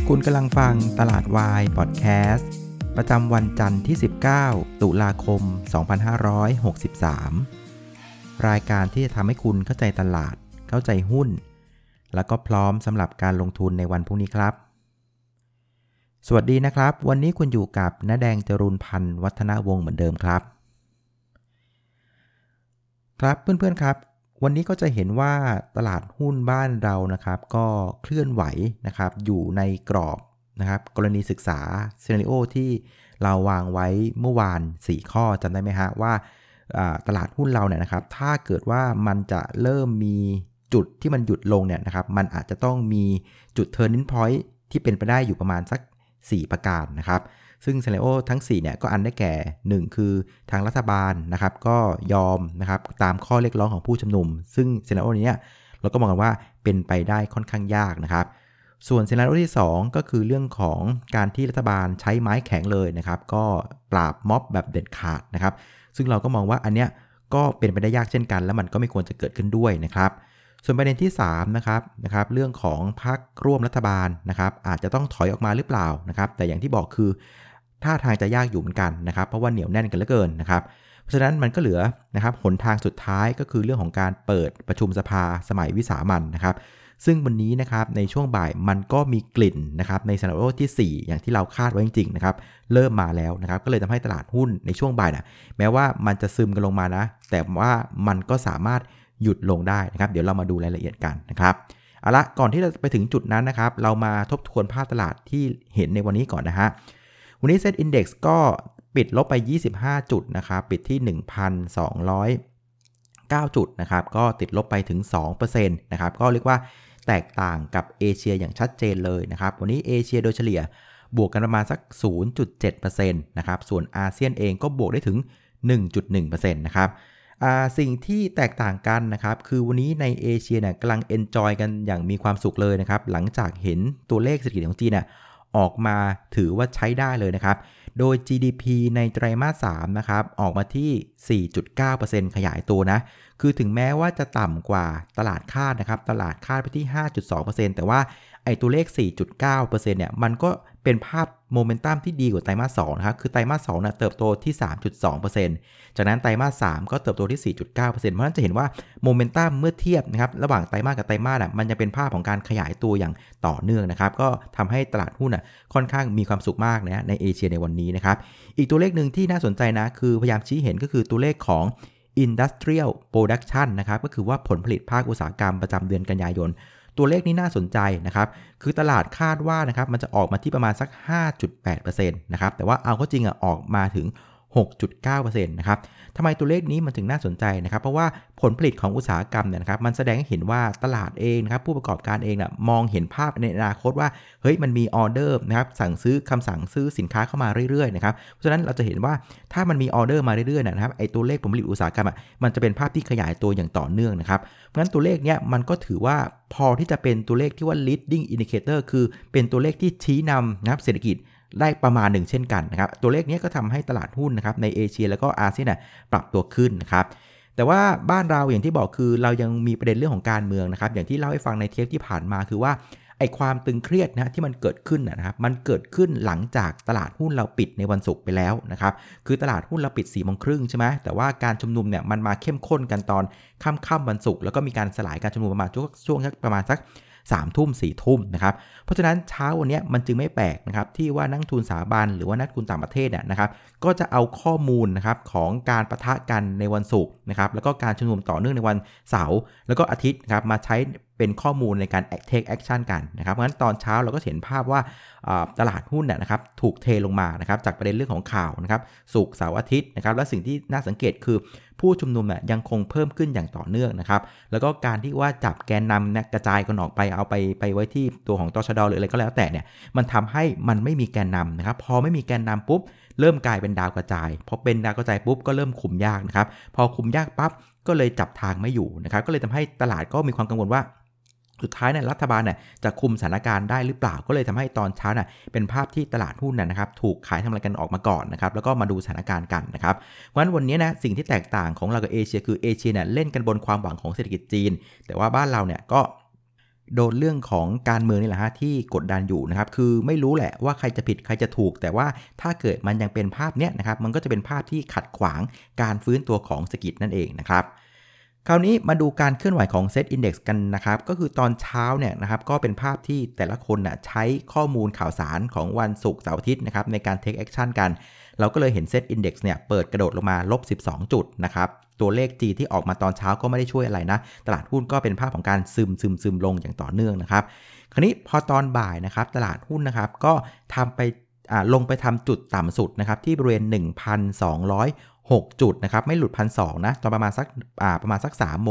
คุณกำลังฟังตลาดวายพอดแคสต์ประจำวันจันทร์ที่19ตุลาคม2563รายการที่จะทำให้คุณเข้าใจตลาดเข้าใจหุ้นแล้วก็พร้อมสำหรับการลงทุนในวันพรุ่งนี้ครับสวัสดีนะครับวันนี้คุณอยู่กับณแดงจรูนพันธ์วัฒนวงศ์เหมือนเดิมครับครับเพื่อนๆครับวันนี้ก็จะเห็นว่าตลาดหุ้นบ้านเรานะครับก็เคลื่อนไหวนะครับอยู่ในกรอบนะครับกรณีศึกษาซีนาริโอที่เราวางไว้เมื่อวาน4ข้อจำได้ไหมฮะว่าตลาดหุ้นเราเนี่ยนะครับถ้าเกิดว่ามันจะเริ่มมีจุดที่มันหยุดลงเนี่ยนะครับมันอาจจะต้องมีจุด turning point ที่เป็นไปได้อยู่ประมาณสัก4ประการนะครับซึ่งซีนาริโอทั้ง4เนี่ยก็อันได้แก่1คือทางรัฐบาลนะครับก็ยอมนะครับตามข้อเรียกร้องของผู้ชุมนุมซึ่งซีนาริโอนี้เราก็มองกันว่าเป็นไปได้ค่อนข้างยากนะครับส่วนซีนาริโอที่2ก็คือเรื่องของการที่รัฐบาลใช้ไม้แข็งเลยนะครับก็ปราบม็อบแบบเด็ดขาดนะครับซึ่งเราก็มองว่าอันเนี้ยก็เป็นไปได้ยากเช่นกันและมันก็ไม่ควรจะเกิดขึ้นด้วยนะครับส่วนประเด็นที่3นะครับเรื่องของพรรคร่วมรัฐบาลนะครับอาจจะต้องถอยออกมาหรือเปล่านะครับแต่อย่างที่บอกคือท่าทางจะยากอยู่เหมือนกันนะครับเพราะว่าเหนียวแน่นกันเหลือเกินนะครับเพราะฉะนั้นมันก็เหลือนะครับหนทางสุดท้ายก็คือเรื่องของการเปิดประชุมสภาสมัยวิสามัญนะครับซึ่งวันนี้นะครับในช่วงบ่ายมันก็มีกลิ่นนะครับในซีนาริโอที่4อย่างที่เราคาดไว้จริงๆนะครับเริ่มมาแล้วนะครับก็เลยทำให้ตลาดหุ้นในช่วงบ่ายแม้ว่ามันจะซึมกันลงมานะแต่ว่ามันก็สามารถหยุดลงได้นะครับเดี๋ยวเรามาดูรายละเอียดกันนะครับเอาละก่อนที่เราจะไปถึงจุดนั้นนะครับเรามาทบทวนภาพตลาดที่เห็นในวันนี้ก่อนนะฮะวันนี้เซ็ตอินดี x ก็ปิดลบไป25จุดนะครับปิดที่ 1,209 จุดนะครับก็ติดลบไปถึง 2% นะครับก็เรียกว่าแตกต่างกับเอเชียอย่างชัดเจนเลยนะครับวันนี้เอเชียโดยเฉลี่ยบวกกันประมาณสัก 0.7% นะครับส่วนอาเซียนเองก็บวกได้ถึง 1.1% นะครับสิ่งที่แตกต่างกันนะครับคือวันนี้ในเอเชียเนี่ยกำลังเอนจอยกันอย่างมีความสุขเลยนะครับหลังจากเห็นตัวเลขเศรษฐกิจของจีนออกมาถือว่าใช้ได้เลยนะครับโดย GDP ในไตรมาส3นะครับออกมาที่ 4.9% ขยายตัวนะคือถึงแม้ว่าจะต่ำกว่าตลาดคาดนะครับตลาดคาดไปที่ 5.2% แต่ว่าไอ้ตัวเลข 4.9% เนี่ยมันก็เป็นภาพโมเมนตัมที่ดีกว่าไตรมาส2นะครับคือไตรมาส2เติบโตที่ 3.2% จากนั้นไตรมาส3ก็เติบโตที่ 4.9% เพราะฉะนั้นจะเห็นว่าโมเมนตัมเมื่อเทียบนะครับระหว่างไตรมาสกับไตรมาสมันจะเป็นภาพของการขยายตัวอย่างต่อเนื่องนะครับก็ทำให้ตลาดหุ้นค่อนข้างมีความสุขมากนะในเอเชียในวันนี้นะครับอีกตัวเลขหนึ่งที่น่าสนใจนะคือพยายามชี้เห็นก็คือตัวเลขของ Industrial Production นะครับก็คือว่าผลผลิตภาคอุตสาหกรรมประจำเดือนกันยายนตัวเลขนี้น่าสนใจนะครับคือตลาดคาดว่านะครับมันจะออกมาที่ประมาณสัก 5.8% นะครับแต่ว่าเอาก็จริงออกมาถึง 6.9% นะครับทำไมตัวเลขนี้มันถึงน่าสนใจนะครับเพราะว่าผลผลิตของอุตสาหกรรมเนี่ยนะครับมันแสดงให้เห็นว่าตลาดเองนะครับผู้ประกอบการเองมองเห็นภาพในอนาคตว่าเฮ้ยมันมีออเดอร์นะครับคำสั่งซื้อสินค้าเข้ามาเรื่อยๆนะครับเพราะฉะนั้นเราจะเห็นว่าถ้ามันมีออเดอร์มาเรื่อยๆนะครับไอ้ตัวเลขผลผลิตอุตสาหกรรมมันจะเป็นภาพที่ขยายตัวอย่างต่อเนื่องนะครับเพราะฉะนั้นตัวเลขเนี้ยมันก็ถือว่าพอที่จะเป็นตัวเลขที่ว่า leading indicator คือเป็นตัวเลขที่ชี้นำนะครับเศรษฐกิจได้ประมาณหนึ่งเช่นกันนะครับตัวเลขนี้ก็ทำให้ตลาดหุ้นนะครับในเอเชียแล้วก็อาเซียนปรับตัวขึ้นนะครับแต่ว่าบ้านเราอย่างที่บอกคือเรายังมีประเด็นเรื่องของการเมืองนะครับอย่างที่เล่าให้ฟังในเทปที่ผ่านมาคือว่าไอ้ความตึงเครียดนะที่มันเกิดขึ้นนะครับมันเกิดขึ้นหลังจากตลาดหุ้นเราปิดในวันศุกร์ไปแล้วนะครับคือตลาดหุ้นเราปิด 4:30 ใช่ไหมแต่ว่าการชุมนุมเนี่ยมันมาเข้มข้นกันตอนค่ำๆวันศุกร์แล้วก็มีการสลายการชุมนุมประมาณช่วงประมาณสัก3 ทุ่ม 4 ทุ่มนะครับเพราะฉะนั้นเช้าวันนี้มันจึงไม่แปลกนะครับที่ว่านักทุนสถาบันหรือว่านักทุนต่างประเทศนะครับก็จะเอาข้อมูลนะครับของการปะทะกันในวันศุกร์นะครับแล้วก็การชุมนุมต่อเนื่องในวันเสาร์แล้วก็อาทิตย์นะครับมาใช้เป็นข้อมูลในการ take action กันนะครับเพราะฉะนั้นตอนเช้าเราก็เห็นภาพว่าตลาดหุ้นนะครับถูกเทลงมานะครับจากประเด็นเรื่องของข่าวนะครับศุกร์เสาร์อาทิตย์นะครับและสิ่งที่น่าสังเกตคือผู้ชุมนุมยังคงเพิ่มขึ้นอย่างต่อเนื่องนะครับแล้วก็การที่ว่าจับแกนนำกระจายกันออกไปเอาไปไว้ที่ตัวของตชด.หรืออะไรก็แล้วแต่เนี่ยมันทำให้มันไม่มีแกนนำนะครับพอไม่มีแกนนำปุ๊บเริ่มกลายเป็นดาวกระจายพอเป็นดาวกระจายปุ๊บก็เริ่มคุมยากนะครับพอคุมยากปั๊บก็เลยจับทางไม่อยู่นะครับก็เลยทำให้ตลาดก็มีความกังวลว่าสุดท้ายรัฐบาลจะคุมสถานการณ์ได้หรือเปล่าก็เลยทำให้ตอนเช้าเป็นภาพที่ตลาดหุ้นนะครับถูกขายทำอะไรกันออกมาก่อนนะครับแล้วก็มาดูสถานการณ์กันนะครับเพราะฉะนั้นวันนี้สิ่งที่แตกต่างของเรากับเอเชียคือเอเชียเล่นกันบนความหวังของเศรษฐกิจจีนแต่ว่าบ้านเราก็โดนเรื่องของการเมืองนี่แหละฮะที่กดดันอยู่นะครับคือไม่รู้แหละว่าใครจะผิดใครจะถูกแต่ว่าถ้าเกิดมันยังเป็นภาพเนี้ยนะครับมันก็จะเป็นภาพที่ขัดขวางการฟื้นตัวของเศรษฐกิจนั่นเองนะครับคราวนี้มาดูการเคลื่อนไหวของ Set Index กันนะครับก็คือตอนเช้าเนี่ยนะครับก็เป็นภาพที่แต่ละคนน่ะใช้ข้อมูลข่าวสารของวันศุกร์เสาร์อาทิตย์นะครับในการ take action กันเราก็เลยเห็น Set Index เนี่ยเปิดกระโดดลงมาลบ12จุดนะครับตัวเลข G ที่ออกมาตอนเช้าก็ไม่ได้ช่วยอะไรนะตลาดหุ้นก็เป็นภาพของการซึมลงอย่างต่อเนื่องนะครับคราวนี้พอตอนบ่ายนะครับตลาดหุ้นนะครับก็ทำไปลงไปทำจุดต่ำสุดนะครับที่บริเวณ 1,206 จุดนะครับไม่หลุด 1,200 นะตอนประมาณสัก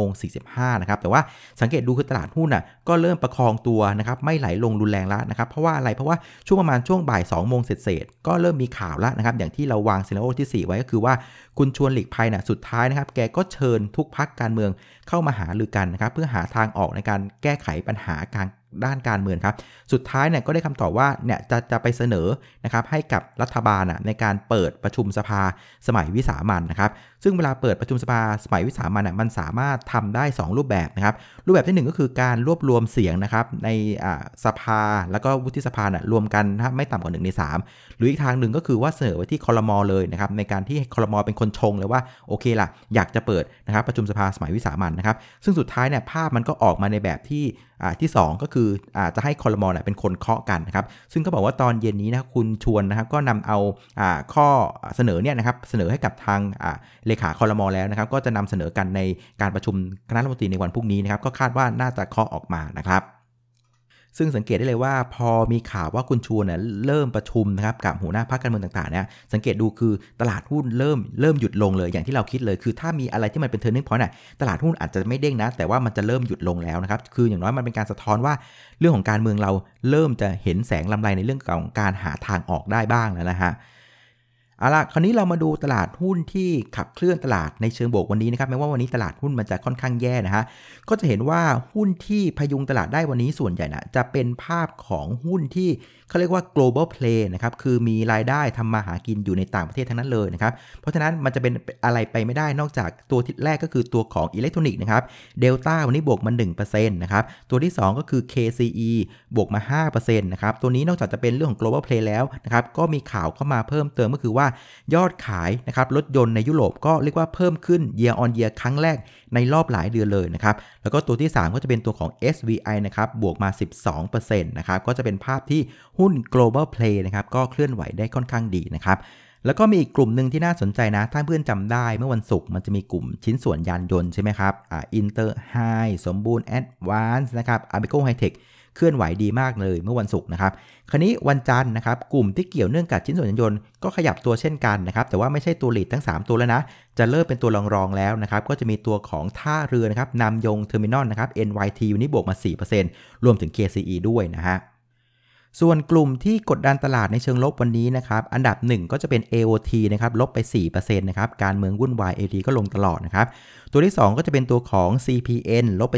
3:45นะครับแต่ว่าสังเกตดูคือตลาดหุ้นน่ะก็เริ่มประคองตัวนะครับไม่ไหลลงรุนแรงแล้วนะครับเพราะว่าอะไรเพราะว่าช่วงประมาณช่วงบ่าย 2 โมงเศษก็เริ่มมีข่าวแล้วนะครับอย่างที่เราวางซีนาริโอที่ 4 ไว้ก็คือว่าคุณชวนหลีกภัยน่ะสุดท้ายนะครับแกก็เชิญทุกพรรคการเมืองเข้ามาหารือกันนะครับเพื่อหาทางออกในการแก้ไขปัญหาด้านการเมืองครับสุดท้ายเนี่ยก็ได้คำตอบว่าเนี่ยจะไปเสนอนะครับให้กับรัฐบาลในการเปิดประชุมสภาสมัยวิสามัญนะครับซึ่งเวลาเปิดประชุมสภาสมัยวิสามัญมันสามารถทำได้2รูปแบบนะครับรูปแบบที่1ก็คือการรวบรวมเสียงนะครับในสภาแล้วก็วุฒิสภารวมกันนะไม่ต่ำกว่า1 ใน 3หรืออีกทางหนึ่งก็คือว่าเสนอไว้ที่ครม.เลยนะครับในการที่ครม.เป็นคนชงเลยว่าโอเคล่ะอยากจะเปิดนะครับประชุมสภาสมัยวิสามัญนะครับซึ่งสุดท้ายเนี่ยภาพมันก็ออกมาในแบบที่2ก็คือจะให้ครม.เป็นคนเคาะกันนะครับซึ่งก็บอกว่าตอนเย็นนี้นะคุณชวนนะครับก็นำเอาข้อเสนอเนี่ยนะครับเสนอให้กับทางเลขาครม.แล้วนะครับก็จะนำเสนอกันในการประชุมคณะรัฐมนตรีในวันพรุ่งนี้นะครับก็คาดว่าน่าจะเคาะออกมานะครับซึ่งสังเกตได้เลยว่าพอมีข่าวว่าคุณชวนเนี่ยเริ่มประชุมนะครับกับหัวหน้าพรรคการเมืองต่างๆเนี่ยสังเกตดูคือตลาดหุ้นเริ่มหยุดลงเลยอย่างที่เราคิดเลยคือถ้ามีอะไรที่มันเป็น turning point ตลาดหุ้นอาจจะไม่เด้งนะแต่ว่ามันจะเริ่มหยุดลงแล้วนะครับคืออย่างน้อยมันเป็นการสะท้อนว่าเรื่องของการเมืองเราเริ่มจะเห็นแสงลำไรในเรื่องของการหาทางออกได้บ้างแล้วนะฮะเอาล่ะคราวนี้เรามาดูตลาดหุ้นที่ขับเคลื่อนตลาดในเชิงบวกวันนี้นะครับแม้ว่าวันนี้ตลาดหุ้นมันจะค่อนข้างแย่นะฮะก็จะเห็นว่าหุ้นที่พยุงตลาดได้วันนี้ส่วนใหญ่นะจะเป็นภาพของหุ้นที่เขาเรียกว่า global play นะครับคือมีรายได้ทำมาหากินอยู่ในต่างประเทศทั้งนั้นเลยนะครับเพราะฉะนั้นมันจะเป็นอะไรไปไม่ได้นอกจากตัวที่แรกก็คือตัวของอิเล็กทรอนิกส์นะครับ Delta วันนี้บวกมา 1% นะครับตัวที่2ก็คือ KCE บวกมา 5% นะครับตัวนี้นอกจากจะเป็นเรื่องของ global play แล้วนะครับก็มีข่าวเข้ามาเพิ่มเติมก็คือว่ายอดขายนะครับรถยนต์ในยุโรปก็เรียกว่าเพิ่มขึ้น year on year ครั้งแรกในรอบหลายเดือนเลยนะครับแล้วก็ตัวที่3ก็จะเป็นตัวของ SVI นะครับบวกมา 12% นะครับก็จะเป็นภาพที่หุ้น global play นะครับก็เคลื่อนไหวได้ค่อนข้างดีนะครับแล้วก็มีอีกกลุ่มหนึ่งที่น่าสนใจนะถ้าเพื่อนจำได้เมื่อวันศุกร์มันจะมีกลุ่มชิ้นส่วนยานยนต์ใช่ไหมครับInter High สมบูรณ์ Advance นะครับ Abico High-Tech เคลื่อนไหวดีมากเลยเมื่อวันศุกร์นะครับคราวนี้วันจันทร์นะครับกลุ่มที่เกี่ยวเนื่องกับชิ้นส่วนยานยนต์ก็ขยับตัวเช่นกันนะครับแต่ว่าไม่ใช่ตัวลีดทั้ง3ตัวแล้วนะจะเริ่มเป็นตัวรองๆแล้วนะครับก็จะมีตัวของท่าเรือนะครับนำยงเทอร์มินอลนะครับ NYT วันนี้บวกมา 4% รวมถึง KCE ด้วยนะฮะส่วนกลุ่มที่กดดันตลาดในเชิงลบวันนี้นะครับอันดับ1ก็จะเป็น AOT นะครับลบไป 4% นะครับการเมืองวุ่นวาย AOT ก็ลงตลอดนะครับตัวที่2ก็จะเป็นตัวของ CPN ลบไป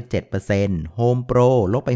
7% Home Pro ลบไป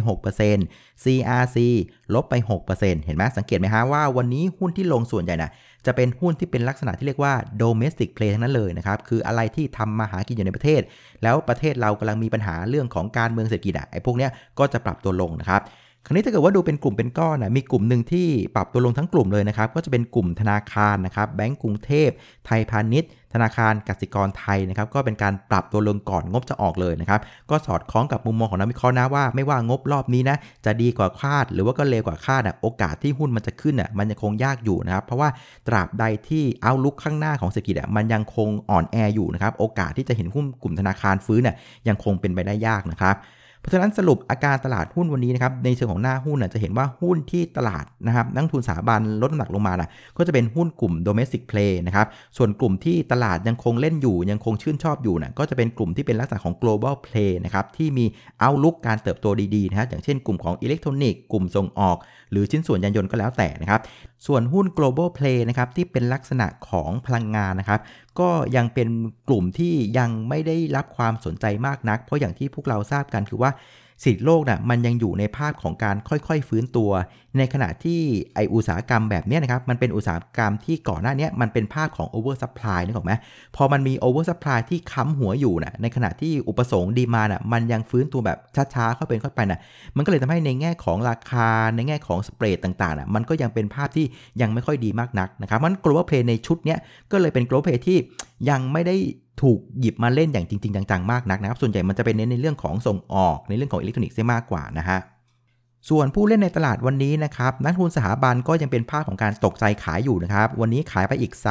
6% CRC ลบไป 6% เห็นไหมสังเกตไหมฮะว่าวันนี้หุ้นที่ลงส่วนใหญ่จะเป็นหุ้นที่เป็นลักษณะที่เรียกว่า domestic play ทั้งนั้นเลยนะครับคืออะไรที่ทำมาหากินอยู่ในประเทศแล้วประเทศเรากำลังมีปัญหาเรื่องของการเมืองเศรษฐกิจไอ้พวกเนี้ยก็จะปรับตัวลงนะครับคราวนี้ถ้าเกิดว่าดูเป็นกลุ่มเป็นก้อนมีกลุ่มหนึ่งที่ปรับตัวลงทั้งกลุ่มเลยนะครับก็จะเป็นกลุ่มธนาคารนะครับแบงก์กรุงเทพไทยพาณิชย์ธนาคารกสิกรไทยนะครับก็เป็นการปรับตัวลงก่อนงบจะออกเลยนะครับก็สอดคล้องกับมุมมองของนักวิเคราะห์นะว่าไม่ว่างบรอบนี้นะจะดีกว่าคาดหรือว่าก็เลวกว่าคาดโอกาสที่หุ้นมันจะขึ้นมันยังคงยากอยู่นะครับเพราะว่าตราบใดที่เอาลุกข้างหน้าของเศรษฐกิจมันยังคงอ่อนแออยู่นะครับโอกาสที่จะเห็นหุ้นกลุ่มธนาคารฟื้นยังคงเป็นไปได้ยากนะครับเพราะฉะนั้นสรุปอาการตลาดหุ้นวันนี้นะครับในเชิงของหน้าหุ้นจะเห็นว่าหุ้นที่ตลาดนะครับนักทุนสถาบันลดน้ำหนักลงมาก็จะเป็นหุ้นกลุ่ม domestic play นะครับส่วนกลุ่มที่ตลาดยังคงเล่นอยู่ยังคงชื่นชอบอยู่ก็จะเป็นกลุ่มที่เป็นลักษณะของ global play นะครับที่มีoutlook การเติบโตดีๆนะครับอย่างเช่นกลุ่มของอิเล็กทรอนิกส์กลุ่มส่งออกหรือชิ้นส่วนยานยนต์ก็แล้วแต่นะครับส่วนหุ้น global play นะครับที่เป็นลักษณะของพลังงานนะครับก็ยังเป็นกลุ่มที่ยังไม่ได้รับความสนใจมากนักเพราะอย่างที่พวกเราทราบกันคือว่าเศรษฐกิจโลกน่ะมันยังอยู่ในภาพของการค่อยๆฟื้นตัวในขณะที่ไออุตสาหกรรมแบบนี้นะครับมันเป็นอุตสาหกรรมที่ก่อนหน้านี้มันเป็นภาพของ over supply นึกออกไหมพอมันมี over supply ที่ค้ำหัวอยู่น่ะในขณะที่อุปสงค์ดีมาน่ะมันยังฟื้นตัวแบบช้าๆเข้าไปน่ะมันก็เลยทำให้ในแง่ของราคาในแง่ของสเปรดต่างๆน่ะมันก็ยังเป็นภาพที่ยังไม่ค่อยดีมากนักนะครับมัน global play ในชุดเนี้ยก็เลยเป็น global play ที่ยังไม่ได้ถูกหยิบมาเล่นอย่างจริงๆจังๆมากนักนะครับส่วนใหญ่มันจะเป็นเน้นในเรื่องของส่งออกในเรื่องของอิเล็กทรอนิกส์มากกว่านะฮะส่วนผู้เล่นในตลาดวันนี้นะครับนักทุนสถาบันก็ยังเป็นภาพของการตกใจขายอยู่นะครับวันนี้ขายไปอีก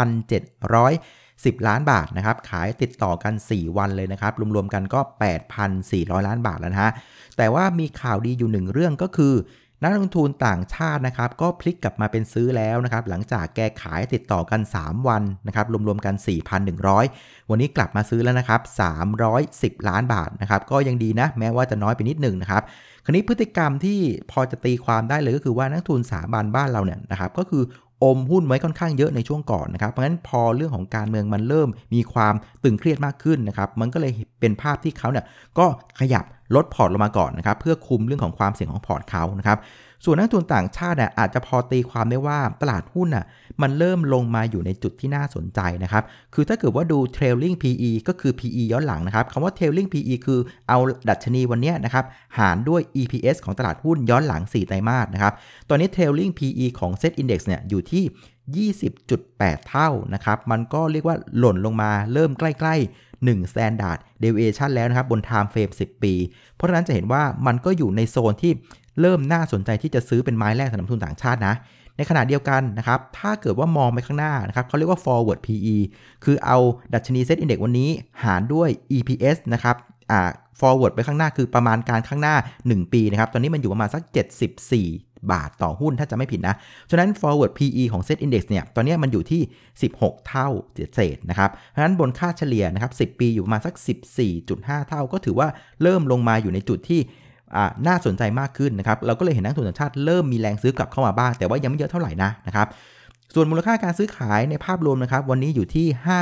3,710 ล้านบาทนะครับขายติดต่อกัน4วันเลยนะครับรวมๆกันก็ 8,400 ล้านบาทแล้วนะฮะแต่ว่ามีข่าวดีอยู่1เรื่องก็คือนักลงทุนต่างชาตินะครับก็พลิกกลับมาเป็นซื้อแล้วนะครับหลังจากแกขายติดต่อกัน3วันนะครับรวมๆกัน 4,100 วันนี้กลับมาซื้อแล้วนะครับ310 ล้านบาทนะครับก็ยังดีนะแม้ว่าจะน้อยไปนิดหนึ่งนะครับคราวนี้พฤติกรรมที่พอจะตีความได้เลยก็คือว่านักทุนสถาบันบ้านเราเนี่ยนะครับก็คืออมหุ้นไว้ค่อนข้างเยอะในช่วงก่อนนะครับเพราะฉะนั้นพอเรื่องของการเมืองมันเริ่มมีความตึงเครียดมากขึ้นนะครับมันก็เลยเป็นภาพที่เขาเนี่ยก็ขยับลดพอร์ตลงมาก่อนนะครับเพื่อคุมเรื่องของความเสี่ยงของพอร์ตเขานะครับส่วนนักทุนต่างชาติเนี่ยอาจจะพอตีความได้ว่าตลาดหุ้นน่ะมันเริ่มลงมาอยู่ในจุดที่น่าสนใจนะครับคือถ้าเกิดว่าดู trailing PE ก็คือ PE ย้อนหลังนะครับคำว่า trailing PE คือเอาดัชนีวันนี้นะครับหารด้วย EPS ของตลาดหุ้นย้อนหลัง4ไตรมาสนะครับตอนนี้ trailing PE ของ Set Index เนี่ยอยู่ที่ 20.8 เท่านะครับมันก็เรียกว่าหล่นลงมาเริ่มใกล้ๆ1 standard deviation แล้วนะครับบน time frame 10 ปีเพราะฉะนั้นจะเห็นว่ามันก็อยู่ในโซนที่เริ่มน่าสนใจที่จะซื้อเป็นไม้แรกสำหรับนักทุนต่างชาตินะในขณะเดียวกันนะครับถ้าเกิดว่ามองไปข้างหน้านะครับเขาเรียกว่า forward PE คือเอาดัชนี Set Index วันนี้หารด้วย EPS นะครับforward ไปข้างหน้าคือประมาณการข้างหน้า1ปีนะครับตอนนี้มันอยู่ประมาณสัก74 บาทต่อหุ้นถ้าจะไม่ผิดนะฉะนั้น forward PE ของ Set Index เนี่ยตอนนี้มันอยู่ที่16 เท่าเศษนะครับเพราะฉะนั้นบนค่าเฉลี่ยนะครับ10 ปีอยู่ประมาณสัก 14.5 เท่าก็ถือว่าเริ่มลงมาอยู่ในจุดที่น่าสนใจมากขึ้นนะครับเราก็เลยเห็นนักลงทุนต่างชาติเริ่มมีแรงซื้อกลับเข้ามาบ้างแต่ว่ายังไม่เยอะเท่าไหร่นะครับส่วนมูลค่าการซื้อขายในภาพรวมนะครับวันนี้อยู่ที่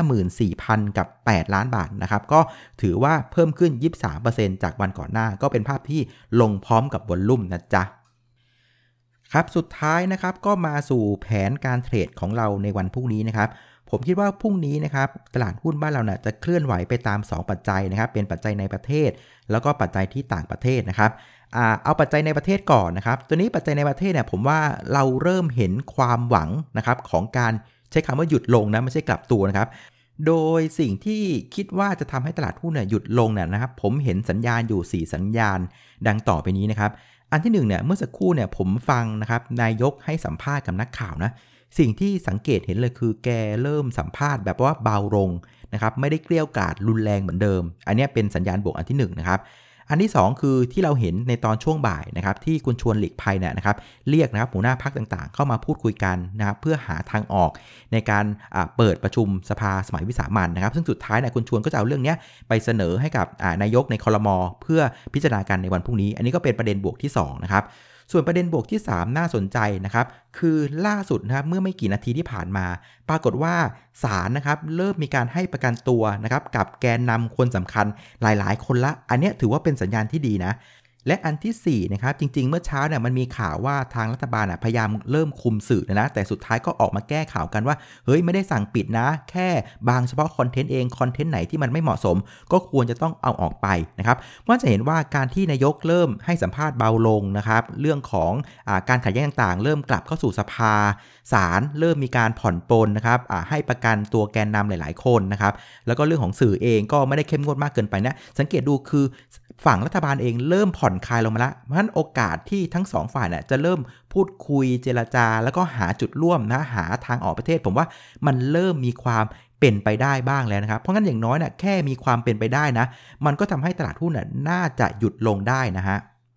54,000 กับ 8 ล้านบาทนะครับก็ถือว่าเพิ่มขึ้น 23% จากวันก่อนหน้าก็เป็นภาพที่ลงพร้อมกับวอลลุ่มนะจ๊ะครับสุดท้ายนะครับก็มาสู่แผนการเทรดของเราในวันพรุ่งนี้นะครับผมคิดว่าพรุ่งนี้นะครับตลาดหุ้นบ้านเราเนี่ยจะเคลื่อนไหวไปตาม2ปัจจัยนะครับเป็นปัจจัยในประเทศแล้วก็ปัจจัยที่ต่างประเทศนะครับเอาปัจจัยในประเทศก่อนนะครับตัวนี้ปัจจัยในประเทศเนี่ยผมว่าเราเริ่มเห็นความหวังนะครับของการใช้คำว่าหยุดลงนะไม่ใช่กลับตัวนะครับโดยสิ่งที่คิดว่าจะทำให้ตลาดหุ้นเนี่ยหยุดลงเนี่ยนะครับผมเห็นสัญญาณอยู่4สัญญาณดังต่อไปนี้นะครับอันที่1เนี่ยเมื่อสักครู่เนี่ยผมฟังนะครับนายกให้สัมภาษณ์กับนักข่าวนะสิ่งที่สังเกตเห็นเลยคือแกเริ่มสัมภาษณ์แบบว่าเบาลงนะครับไม่ได้เกลี้ยกล่อมรุนแรงเหมือนเดิมอันนี้เป็นสัญญาณบวกอันที่1นะครับอันที่2คือที่เราเห็นในตอนช่วงบ่ายนะครับที่คุณชวนหลีกภัยเนี่ยนะครับเรียกนะครับหัวหน้าพรรคต่างๆเข้ามาพูดคุยกันนะครับเพื่อหาทางออกในการเปิดประชุมสภาสมัยวิสามัญนะครับซึ่งสุดท้ายเนี่ยคุณชวนก็จะเอาเรื่องนี้ไปเสนอให้กับนายกในครม.เพื่อพิจารณากันในวันพรุ่งนี้อันนี้ก็เป็นประเด็นบวกที่2นะครับส่วนประเด็นบวกที่3น่าสนใจนะครับคือล่าสุดนะครับเมื่อไม่กี่นาทีที่ผ่านมาปรากฏว่าศาลนะครับเริ่มมีการให้ประกันตัวนะครับกับแกนนำคนสำคัญหลายๆคนละอันนี้ถือว่าเป็นสัญญาณที่ดีนะและอันที่4นะครับจริงๆเมื่อเช้าเนี่ยมันมีข่าวว่าทางรัฐบาลพยายามเริ่มคุมสื่อนะแต่สุดท้ายก็ออกมาแก้ข่าวกันว่าเฮ้ยไม่ได้สั่งปิดนะแค่บางเฉพาะคอนเทนต์เองคอนเทนต์ไหนที่มันไม่เหมาะสมก็ควรจะต้องเอาออกไปนะครับว่าจะเห็นว่าการที่นายกเริ่มให้สัมภาษณ์เบาลงนะครับเรื่องของการขัดแย้งต่างๆเริ่มกลับเข้าสู่สภาศาลเริ่มมีการผ่อนปลนนะครับให้ประกันตัวแกนนำหลายๆคนนะครับแล้วก็เรื่องของสื่อเองก็ไม่ได้เข้มงวดมากเกินไปนะสังเกตดูคือฝั่งรัฐบาลเองเริ่มผ่อนคลายลงมาแล้วเพราะฉะนั้นโอกาสที่ทั้ง2ฝ่ายเนี่ยจะเริ่มพูดคุยเจรจาแล้วก็หาจุดร่วมนะหาทางออกประเทศผมว่ามันเริ่มมีความเป็นไปได้บ้างแล้วนะครับเพราะงั้นอย่างน้อยเนี่ยแค่มีความเป็นไปได้นะมันก็ทำให้ตลาดหุ้นน่าจะหยุดลงได้นะฮะ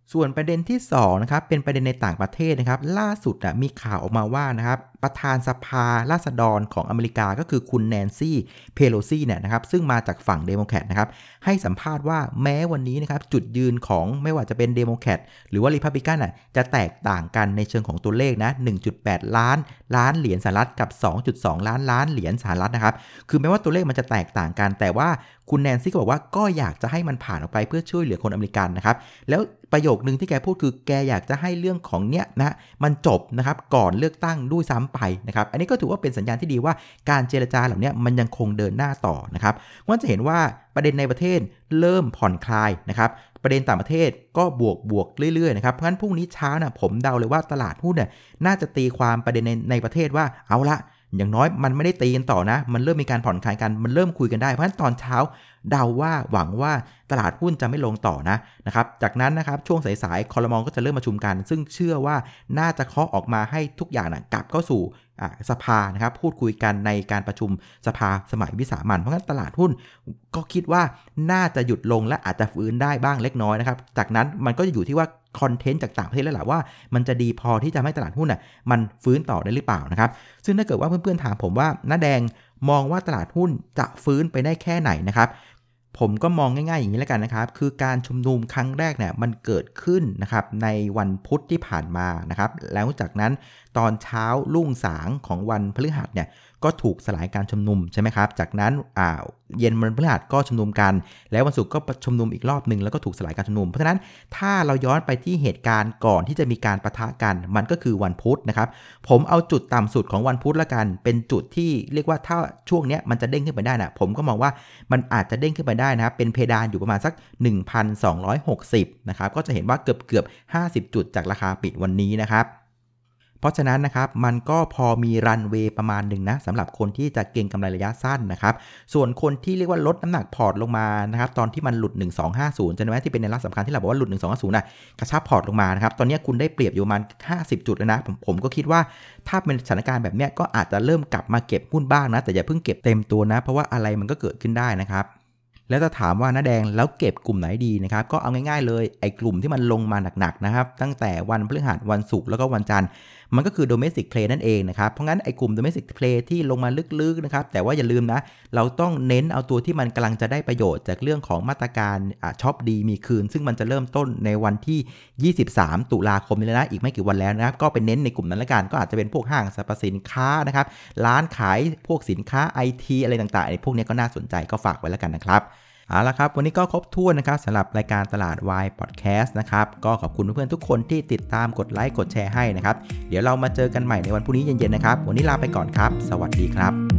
ส่วนประเด็นที่2นะครับเป็นประเด็นในต่างประเทศนะครับล่าสุดมีข่าวออกมาว่านะครับประธานสภาราษฎรของอเมริกาก็คือคุณแนนซี่เพโลซีเนี่ยนะครับซึ่งมาจากฝั่งเดโมแครตนะครับให้สัมภาษณ์ว่าแม้วันนี้นะครับจุดยืนของไม่ว่าจะเป็นเดโมแครตหรือว่ารีพับลิกันจะแตกต่างกันในเชิงของตัวเลขนะ 1.8 ล้านเหรียญสหรัฐกับ 2.2 ล้านเหรียญสหรัฐนะครับคือแม้ว่าตัวเลขมันจะแตกต่างกันแต่ว่าคุณแนนซี่ก็บอกว่าก็อยากจะให้มันผ่านออกไปเพื่อช่วยเหลือคนอเมริกันนะครับแล้วประโยคนึงที่แกพูดคือแกอยากจะให้เรื่องของเนี้ยนะมันจบนะครับก่อนเลือกตั้งด้วยซ้ำไปนะครับอันนี้ก็ถือว่าเป็นสัญญาณที่ดีว่าการเจรจาเหล่านี้มันยังคงเดินหน้าต่อนะครับก็จะเห็นว่าประเด็นในประเทศเริ่มผ่อนคลายนะครับประเด็นต่างประเทศก็บวกเรื่อยๆนะครับเพราะฉะนั้นพรุ่งนี้เช้าผมเดาเลยว่าตลาดหุ้นน่าจะตีความประเด็นในประเทศว่าเอาละอย่างน้อยมันไม่ได้ตีกันต่อนะมันเริ่มมีการผ่อนคลายกันมันเริ่มคุยกันได้เพราะฉะนั้นตอนเช้าเดาว่าหวังว่าตลาดหุ้นจะไม่ลงต่อนะครับจากนั้นนะครับช่วงสายๆครม.ก็จะเริ่มประชุมกันซึ่งเชื่อว่าน่าจะเคาะออกมาให้ทุกอย่างกลับเข้าสู่สภานะครับพูดคุยกันในการประชุมสภาสมัยวิสามัญเพราะงั้นตลาดหุ้นก็คิดว่าน่าจะหยุดลงและอาจจะฟื้นได้บ้างเล็กน้อยนะครับจากนั้นมันก็จะอยู่ที่ว่าคอนเทนต์จากต่างประเทศแล้วแหละว่ามันจะดีพอที่จะให้ตลาดหุ้นมันฟื้นต่อได้หรือเปล่านะครับซึ่งถ้าเกิดว่าเพื่อนๆถามผมว่าน้าแดงมองว่าตลาดหุ้นจะฟื้นไปได้แค่ไหนนะครับผมก็มองง่ายๆอย่างนี้แล้วกันนะครับคือการชุมนุมครั้งแรกมันเกิดขึ้นนะครับในวันพุธที่ผ่านมานะครับแล้วจากนั้นตอนเช้ารุ่งสางของวันพฤหัสก็ถูกสลายการชุมนุมใช่ไหมครับจากนั้นเย็นวันพฤหัสก็ชุมนุมกันแล้ววันศุกร์ก็ชุมนุมอีกรอบนึงแล้วก็ถูกสลายการชุมนุมเพราะฉะนั้นถ้าเราย้อนไปที่เหตุการณ์ก่อนที่จะมีการปะทะกันมันก็คือวันพุธนะครับผมเอาจุดต่ำสุดของวันพุธละกันเป็นจุดที่เรียกว่าถ้าช่วงนี้มันจะเด้งขึ้นไปได้ผมก็มองว่ามันอาจจะเด้งขึ้นไปได้นะครับเป็นเพดานอยู่ประมาณสัก 1,260 นะครับก็จะเห็นว่าเกือบ50 จุดจากราคาปิดวันนี้นะครับเพราะฉะนั้นนะครับมันก็พอมีรันเวย์ประมาณหนึ่งนะสำหรับคนที่จะเก็งกำไรระยะสั้นนะครับส่วนคนที่เรียกว่าลดน้ำหนักพอร์ตลงมานะครับตอนที่มันหลุด1250จำได้ไหมที่เป็นในลักษณ์สำคัญที่เราบอกว่าหลุด1250กระชับพอร์ตลงมานะครับตอนนี้คุณได้เปรียบอยู่ประมาณ50 จุดแล้วนะผมก็คิดว่าถ้าเป็นสถานการณ์แบบนี้ก็อาจจะเริ่มกลับมาเก็บหุ้นบ้างนะแต่อย่าเพิ่งเก็บเต็มตัวนะเพราะว่าอะไรมันก็เกิดขึ้นได้นะครับแล้วจะถามว่าน้าแดงแล้วเก็บกลุ่มไหนดีนะครับก็เอาง่ายๆเลยไอ้กลุ่มที่มันลงมาหนักๆนะครับตั้งแต่วันพฤหัสวันศุกร์แล้วก็วันจันทร์มันก็คือ domestic play นั่นเองนะครับเพราะงั้นไอ้กลุ่ม domestic play ที่ลงมาลึกๆนะครับแต่ว่าอย่าลืมนะเราต้องเน้นเอาตัวที่มันกำลังจะได้ประโยชน์จากเรื่องของมาตรการช็อปดีมีคืนซึ่งมันจะเริ่มต้นในวันที่23ตุลาคมนี้แล้วนะอีกไม่กี่วันแล้วนะครับก็เป็นเน้นในกลุ่มนั้นละกันก็อาจจะเป็นพวกห้างสรรพสินค้านะครับร้านขายพวกสินค้า IT อะไรต่างๆไอ้พวกนี้ก็น่าสนใจก็ฝากไว้แล้วกันนะครับเอาละครับวันนี้ก็ครบถ้วนนะครับสำหรับรายการตลาดวายพอดแคสต์นะครับก็ขอบคุณเพื่อนๆทุกคนที่ติดตามกดไลค์กดแชร์ให้นะครับเดี๋ยวเรามาเจอกันใหม่ในวันพรุ่งนี้เย็นๆนะครับวันนี้ลาไปก่อนครับสวัสดีครับ